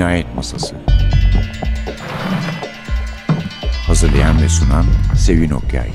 Cinayet Masası. Hazırlayan ve sunan Sevin Okyay.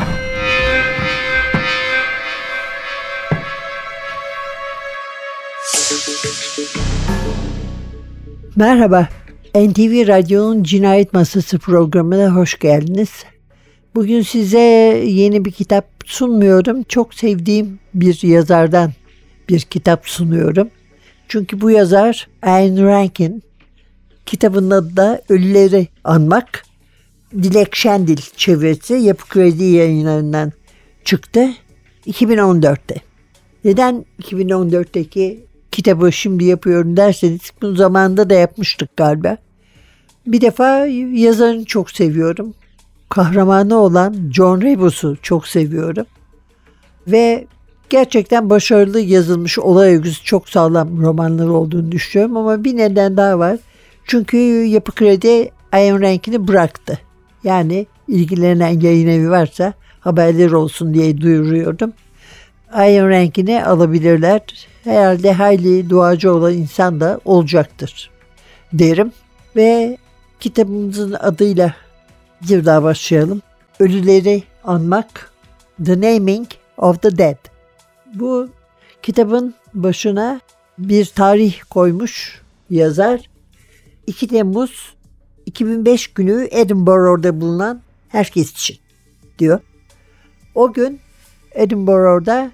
Merhaba, NTV Radyo'nun Cinayet Masası programına hoş geldiniz. Bugün size yeni bir kitap sunmuyorum. Çok sevdiğim bir yazardan bir kitap sunuyorum. Çünkü bu yazar Ayn Rand'in, kitabının adı da Ölüleri Anmak. Dilek Şendil çevirisi Yapı Kredi Yayınları'ndan çıktı 2014'te. Neden 2014'teki kitabı şimdi yapıyorum derseniz, bu zamanda da yapmıştık galiba. Bir defa yazarını çok seviyorum. Kahramanı olan John Rebus'u çok seviyorum. Ve gerçekten başarılı yazılmış, olay örgüsü çok sağlam romanları olduğunu düşünüyorum. Ama bir neden daha var. Çünkü Yapı Kredi Ayn Rand'ini bıraktı. Yani ilgilenen yayın evi varsa haberler olsun diye duyuruyordum. Ayn Rand'ini alabilirler. Herhalde hayli duacı olan insan da olacaktır derim. Ve kitabımızın adıyla bir daha başlayalım. Ölüleri Anmak, The Naming of the Dead. Bu kitabın başına bir tarih koymuş yazar. 2 Temmuz 2005 günü Edinburgh'da bulunan herkes için diyor. O gün Edinburgh'da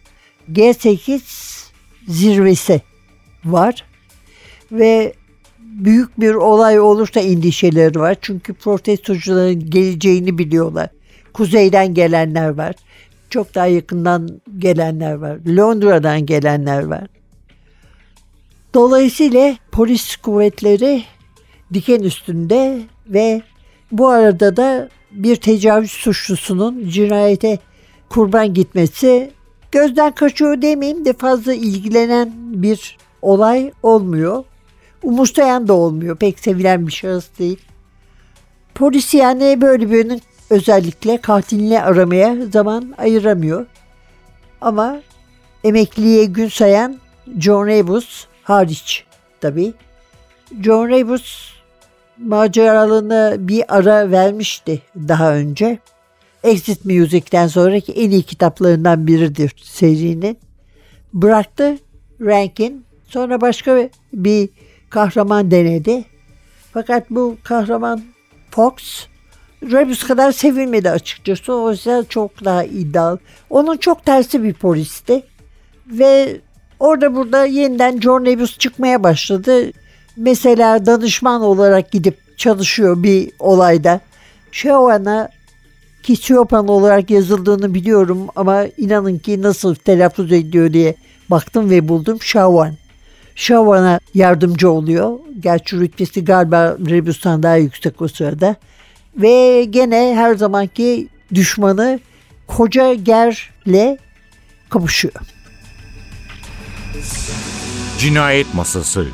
G8 zirvesi var ve büyük bir olay olursa endişeleri var. Çünkü protestocuların geleceğini biliyorlar. Kuzeyden gelenler var. Çok daha yakından gelenler var. Londra'dan gelenler var. Dolayısıyla polis kuvvetleri diken üstünde ve bu arada da bir tecavüz suçlusunun cinayete kurban gitmesi gözden kaçıyor demeyeyim de fazla ilgilenen bir olay olmuyor. Umursayan da olmuyor. Pek sevilen bir şahıs değil. Polis yani böyle birinin özellikle katilini aramaya zaman ayıramıyor. Ama emekliliğe gün sayan John Rebus hariç tabii. John Rebus maceralarına bir ara vermişti daha önce. Exit Music'ten sonraki en iyi kitaplarından biridir serinin. Bıraktı Rankin. Sonra başka bir kahraman denedi. Fakat bu kahraman Fox Rebus kadar sevilmedi açıkçası. O yüzden çok daha iddialı. Onun çok tersi bir polisti. Ve orada burada yeniden John Rebus çıkmaya başladı. Mesela danışman olarak gidip çalışıyor bir olayda. Siobhan'a, ki Siobhan olarak yazıldığını biliyorum ama inanın ki nasıl telaffuz ediyor diye baktım ve buldum. Siobhan'a yardımcı oluyor. Gerçi rütbesi galiba Rebus'tan daha yüksek o sırada. Ve gene her zamanki düşmanı Koca Ger'le kapışıyor. Cinayet Masası.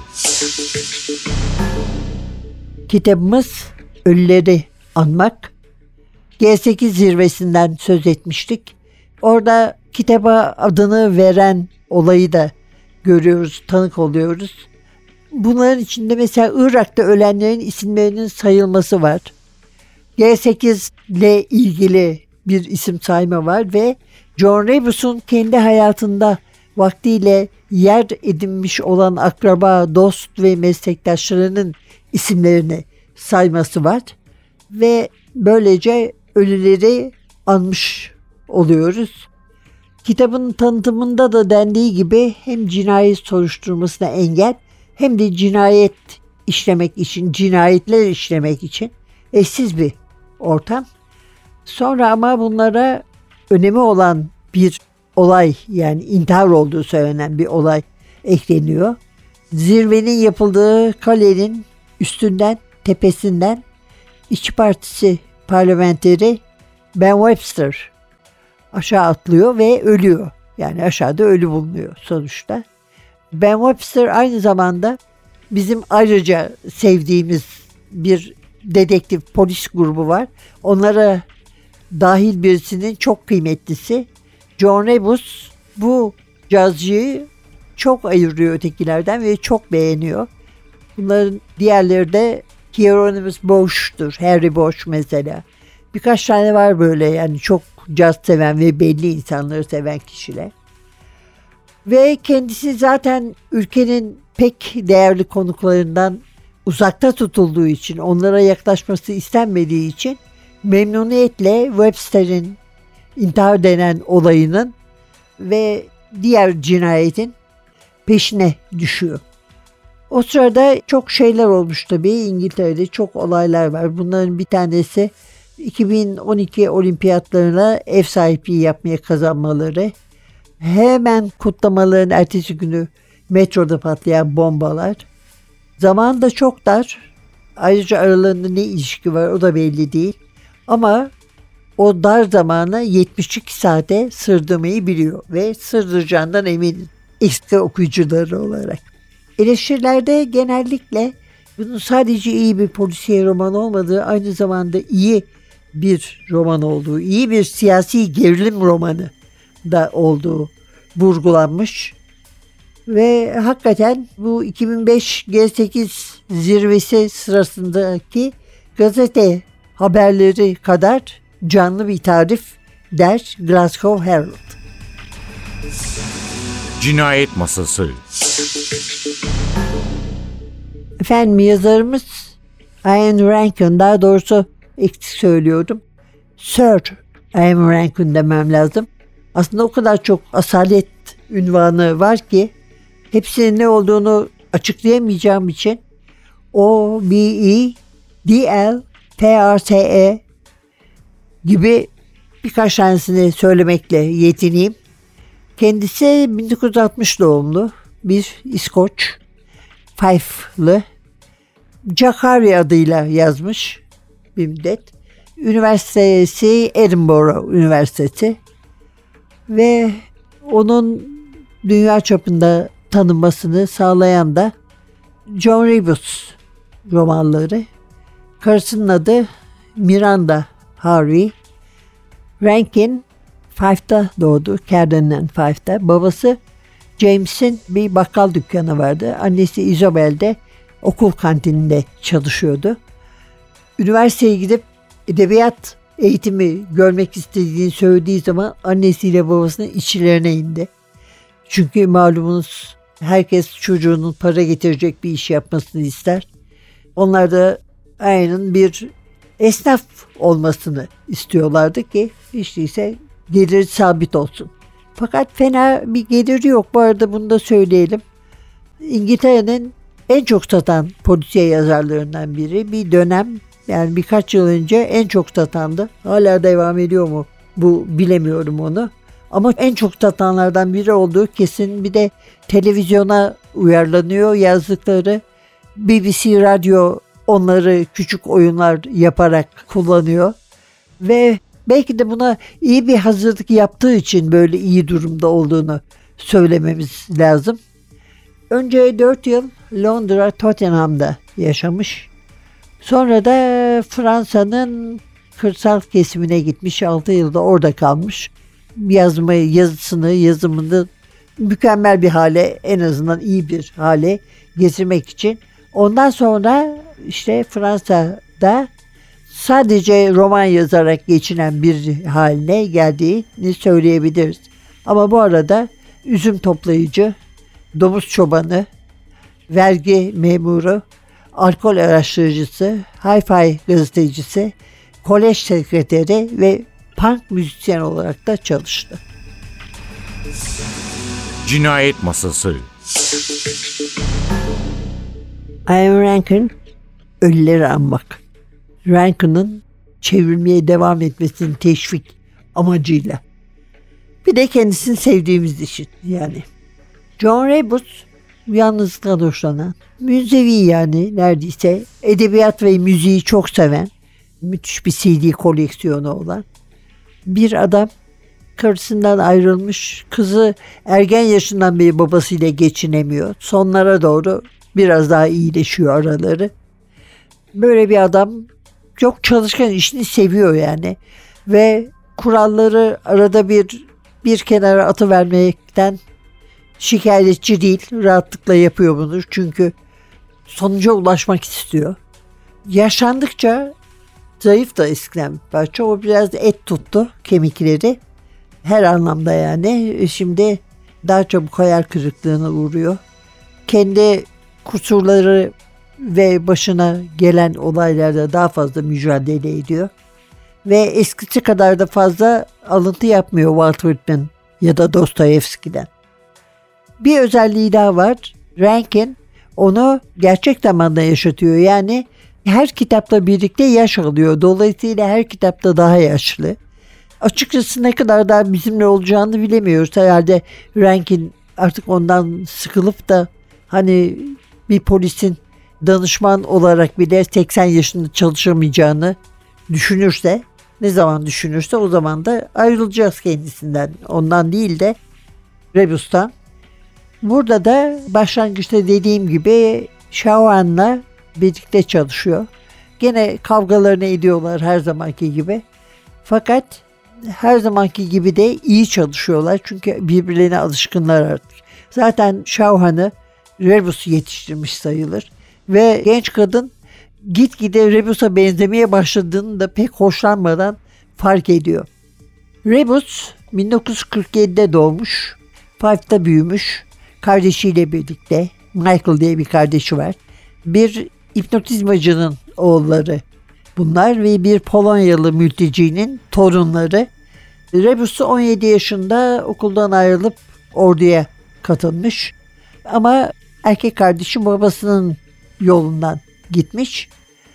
Kitabımız Ölüleri Anmak. G8 zirvesinden söz etmiştik. Orada kitaba adını veren olayı da görüyoruz, tanık oluyoruz. Bunların içinde mesela Irak'ta ölenlerin isimlerinin sayılması var. G8 ile ilgili bir isim sayma var ve John Rebus'un kendi hayatında vaktiyle yer edinmiş olan akraba, dost ve meslektaşlarının isimlerini sayması var. Ve böylece ölüleri anmış oluyoruz. Kitabın tanıtımında da dendiği gibi hem cinayet soruşturmasına engel hem de cinayet işlemek için, cinayetler işlemek için eşsiz bir ortam. Sonra ama bunlara önemi olan bir olay, yani intihar olduğu söylenen bir olay ekleniyor. Zirvenin yapıldığı kalenin üstünden, tepesinden İşçi Partisi parlamenteri Ben Webster aşağı atlıyor ve ölüyor. Yani aşağıda ölü bulunuyor sonuçta. Ben Webster aynı zamanda bizim ayrıca sevdiğimiz bir dedektif polis grubu var. Onlara dahil birisinin çok kıymetlisi John Rebus bu cazcıyı çok ayırıyor ötekilerden ve çok beğeniyor. Bunların diğerleri de Hieronymus Bosch'tur. Harry Bosch mesela. Birkaç tane var böyle, yani çok caz seven ve belli insanları seven kişiler. Ve kendisi zaten ülkenin pek değerli konuklarından uzakta tutulduğu için, onlara yaklaşması istenmediği için memnuniyetle Webster'in intihar denen olayının ve diğer cinayetin peşine düşüyor. O sırada çok şeyler olmuş tabii. İngiltere'de çok olaylar var. Bunların bir tanesi 2012 olimpiyatlarına ev sahipliği yapmaya kazanmaları. Hemen kutlamaların ertesi günü metroda patlayan bombalar. Zaman da çok dar. Ayrıca aralarında ne ilişki var o da belli değil. Ama o dar zamana 72 saate sığdırmayı biliyor ve sığdıracağından eminim eski okuyucuları olarak. Eleştirilerde genellikle bunun sadece iyi bir polisiye roman olmadığı, aynı zamanda iyi bir roman olduğu, iyi bir siyasi gerilim romanı da olduğu vurgulanmış. Ve hakikaten bu 2005 G8 zirvesi sırasındaki gazete haberleri kadar canlı bir tarif der Glasgow Herald. Cinayet Masası. Efendim, yazarımız Ian Rankin, daha doğrusu eksik söylüyorum, Sir Ian Rankin demem lazım. Aslında o kadar çok asalet ünvanı var ki hepsinin ne olduğunu açıklayamayacağım için O-B-E-D-L-T-R-S-E gibi birkaç tanesini söylemekle yetineyim. Kendisi 1960 doğumlu bir İskoç, Fife'lı. Jack Harvey adıyla yazmış bir müddet. Üniversitesi Edinburgh Üniversitesi ve onun dünya çapında tanınmasını sağlayan da John Rebus romanları. Karısının adı Miranda Harvey. Rankin Fife'da doğdu. Camden Fife'da. Babası James'in bir bakkal dükkanı vardı. Annesi Isabel de okul kantininde çalışıyordu. Üniversiteye gidip edebiyat eğitimi görmek istediğini söylediği zaman annesiyle babasının içlerine indi. Çünkü malumunuz herkes çocuğunun para getirecek bir iş yapmasını ister. Onlar da aynen bir esnaf olmasını istiyorlardı ki hiç değilse geliri sabit olsun. Fakat fena bir geliri yok. Bu arada bunu da söyleyelim. İngiltere'nin en çok satan polisiye yazarlarından biri. Bir dönem, yani birkaç yıl önce en çok satandı. Hala devam ediyor mu? Bu bilemiyorum onu. Ama en çok satanlardan biri olduğu kesin. Bir de televizyona uyarlanıyor yazdıkları. BBC Radyo onları küçük oyunlar yaparak kullanıyor. Ve belki de buna iyi bir hazırlık yaptığı için böyle iyi durumda olduğunu söylememiz lazım. Önce 4 yıl Londra Tottenham'da yaşamış. Sonra da Fransa'nın kırsal kesimine gitmiş. 6 yılda orada kalmış. Yazımını mükemmel bir hale, en azından iyi bir hale getirmek için. Ondan sonra işte Fransa'da sadece roman yazarak geçinen bir haline geldiğini söyleyebiliriz. Ama bu arada üzüm toplayıcı, domuz çobanı, vergi memuru, alkol araştırıcısı, hi-fi gazetecisi, kolej sekreteri ve punk müzisyen olarak da çalıştı. Cinayet Masası. Ian Rankin, Ölüleri Anmak. Rankin'ın çevrilmeye devam etmesini teşvik amacıyla. Bir de kendisini sevdiğimiz için yani. John Rebus yalnızlıktan hoşlanan, münzevi yani neredeyse, edebiyat ve müziği çok seven, müthiş bir CD koleksiyonu olan bir adam. Karısından ayrılmış, kızı ergen yaşından beri babasıyla geçinemiyor. Sonlara doğru biraz daha iyileşiyor araları. Böyle bir adam, çok çalışkan, işini seviyor yani. Ve kuralları arada bir kenara atıvermekten şikayetçi değil. Rahatlıkla yapıyor bunu. Çünkü sonuca ulaşmak istiyor. Yaşlandıkça zayıf da eskiden bir parça. O biraz et tuttu kemikleri. Her anlamda yani. Şimdi daha çabuk hayal kırıklığına uğruyor. Kendi kusurları ve başına gelen olaylarda daha fazla mücadele ediyor. Ve eskisi kadar da fazla alıntı yapmıyor Walt Whitman ya da Dostoyevski'den. Bir özelliği daha var. Rankin onu gerçek zamanda yaşatıyor. Yani her kitapla birlikte yaş alıyor. Dolayısıyla her kitapta daha yaşlı. Açıkçası ne kadar daha bizimle olacağını bilemiyoruz. Herhalde Rankin artık ondan sıkılıp da hani bir polisin danışman olarak bile 80 yaşında çalışamayacağını düşünürse, ne zaman düşünürse o zaman da ayrılacağız kendisinden. Ondan değil de Rebus'tan. Burada da başlangıçta dediğim gibi Chauhan'la birlikte çalışıyor. Gene kavgalarını ediyorlar her zamanki gibi. Fakat her zamanki gibi de iyi çalışıyorlar. Çünkü birbirlerine alışkınlar artık. Zaten Chauhan'ı Rebus'u yetiştirmiş sayılır. Ve genç kadın gitgide Rebus'a benzemeye başladığını da pek hoşlanmadan fark ediyor. Rebus 1947'de doğmuş. Five'da büyümüş. Kardeşiyle birlikte. Michael diye bir kardeşi var. Bir hipnotizmacının oğulları bunlar ve bir Polonyalı mültecinin torunları. Rebus 17 yaşında okuldan ayrılıp orduya katılmış. Ama erkek kardeşi babasının yolundan gitmiş.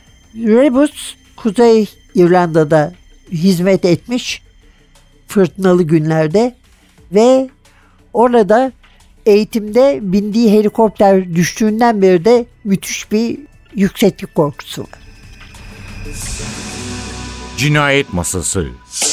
Rebus Kuzey İrlanda'da hizmet etmiş fırtınalı günlerde ve orada eğitimde bindiği helikopter düştüğünden beri de müthiş bir yükseklik korkusu var. Cinayet Masası.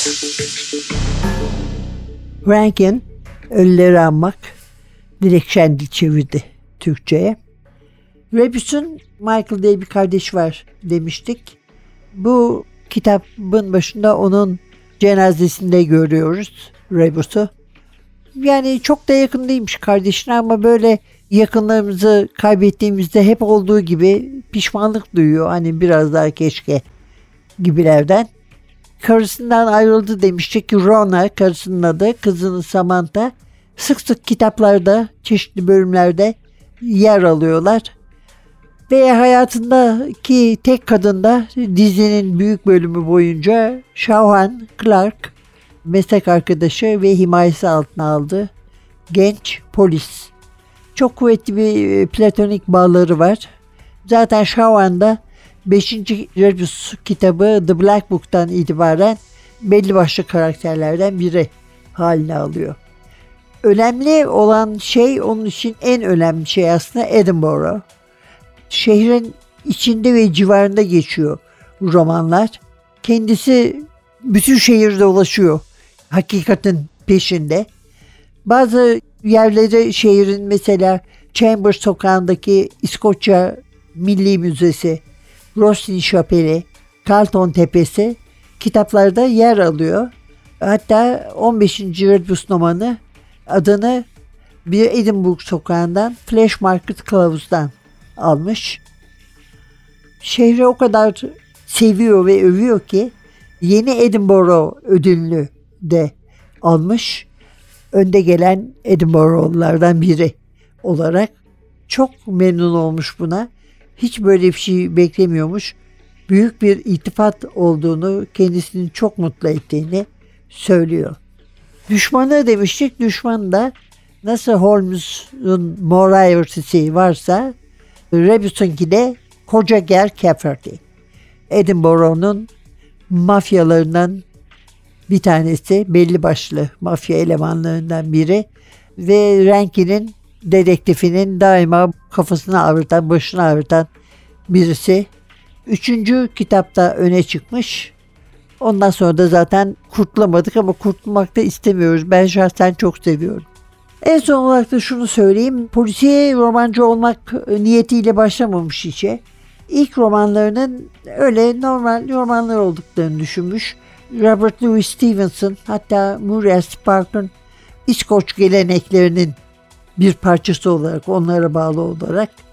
Rankin Ölüleri Anmak Dilek Şendil çevirdi Türkçe'ye. Rebus'un Michael diye bir kardeşi var demiştik. Bu kitabın başında onun cenazesinde görüyoruz Rebus'u. Yani çok da yakın değilmiş kardeşine ama böyle yakınlarımızı kaybettiğimizde hep olduğu gibi pişmanlık duyuyor. Hani biraz daha keşke gibilerden. Karısından ayrıldı demiştik. Rona karısının adı, kızının Samantha. Sık sık kitaplarda, çeşitli bölümlerde yer alıyorlar. Ve hayatındaki tek kadın da dizinin büyük bölümü boyunca Chauhan Clark, meslek arkadaşı ve himayesi altına aldı. Genç polis. Çok kuvvetli bir platonik bağları var. Zaten Chauhan'da 5. Rebus kitabı The Black Book'tan itibaren belli başlı karakterlerden biri haline alıyor. Önemli olan şey, onun için en önemli şey aslında Edinburgh. Şehrin içinde ve civarında geçiyor romanlar. Kendisi bütün şehirde dolaşıyor hakikatin peşinde. Bazı yerleri şehrin, mesela Chambers sokağındaki İskoçya Milli Müzesi, Roslin Şapeli, Carlton Tepesi kitaplarda yer alıyor. Hatta 15. Rebus romanı adını bir Edinburgh sokağından Flash Market kılavuzdan almış. Şehri o kadar seviyor ve övüyor ki Yeni Edinburgh ödülünü de almış. Önde gelen Edinburgh'lulardan biri olarak çok memnun olmuş buna. Hiç böyle bir şey beklemiyormuş. Büyük bir iltifat olduğunu, kendisini çok mutlu ettiğini söylüyor. Düşmanı demiştik. Düşman da nasıl Holmes'un Morality varsa Rebus'unki de Koca Ger Cafferty. Edinburgh'un mafyalarından bir tanesi, belli başlı mafya elemanlarından biri ve Rankin'in dedektifinin daima kafasını ağrıtan, başını ağrıtan birisi. 3. kitapta öne çıkmış. Ondan sonra da zaten kurtulamadık ama kurtulmak da istemiyoruz. Ben şahsen çok seviyorum. En son olarak da şunu söyleyeyim. Polisiye romancı olmak niyetiyle başlamamış işe. İlk romanlarının öyle normal romanlar olduklarını düşünmüş. Robert Louis Stevenson, hatta Muriel Spark'ın İskoç geleneklerinin bir parçası olarak, onlara bağlı olarak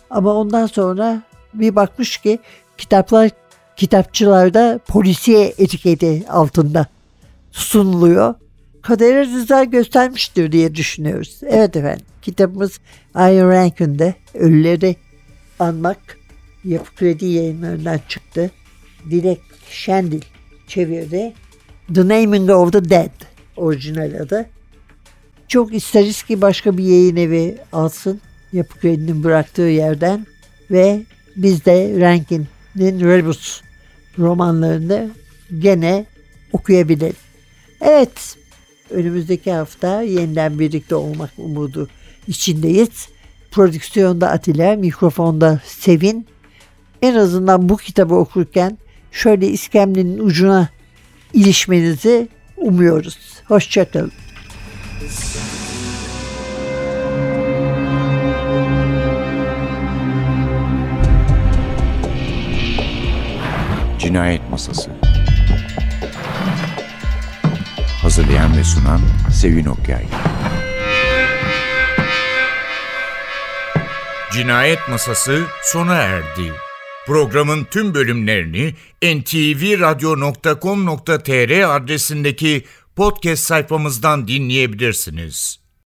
Ama ondan sonra bir bakmış ki kitapçılarda polisiye etiketi altında sunuluyor. Kadere rıza göstermiştir diye düşünüyoruz. Evet efendim, kitabımız Ian Rankin'de Ölüleri Anmak, Yapı Kredi Yayınları'ndan çıktı. Dilek Şendil çevirdi. The Naming of the Dead orijinal adı. Çok isteriz ki başka bir yayın evi alsın Yapı Kredi'nin bıraktığı yerden ve biz de Rankin'in Rebus romanlarını gene okuyabilelim. Evet, önümüzdeki hafta yeniden birlikte olmak umudu içindeyiz. Prodüksiyonda Atilla, mikrofonda Sevin. En azından bu kitabı okurken şöyle iskemlenin ucuna ilişmenizi umuyoruz. Hoşçakalın. Cinayet Masası. Hazırlayan ve sunan Sevin Okyay. Cinayet Masası sona erdi. Programın tüm bölümlerini ntvradio.com.tr adresindeki podcast sayfamızdan dinleyebilirsiniz.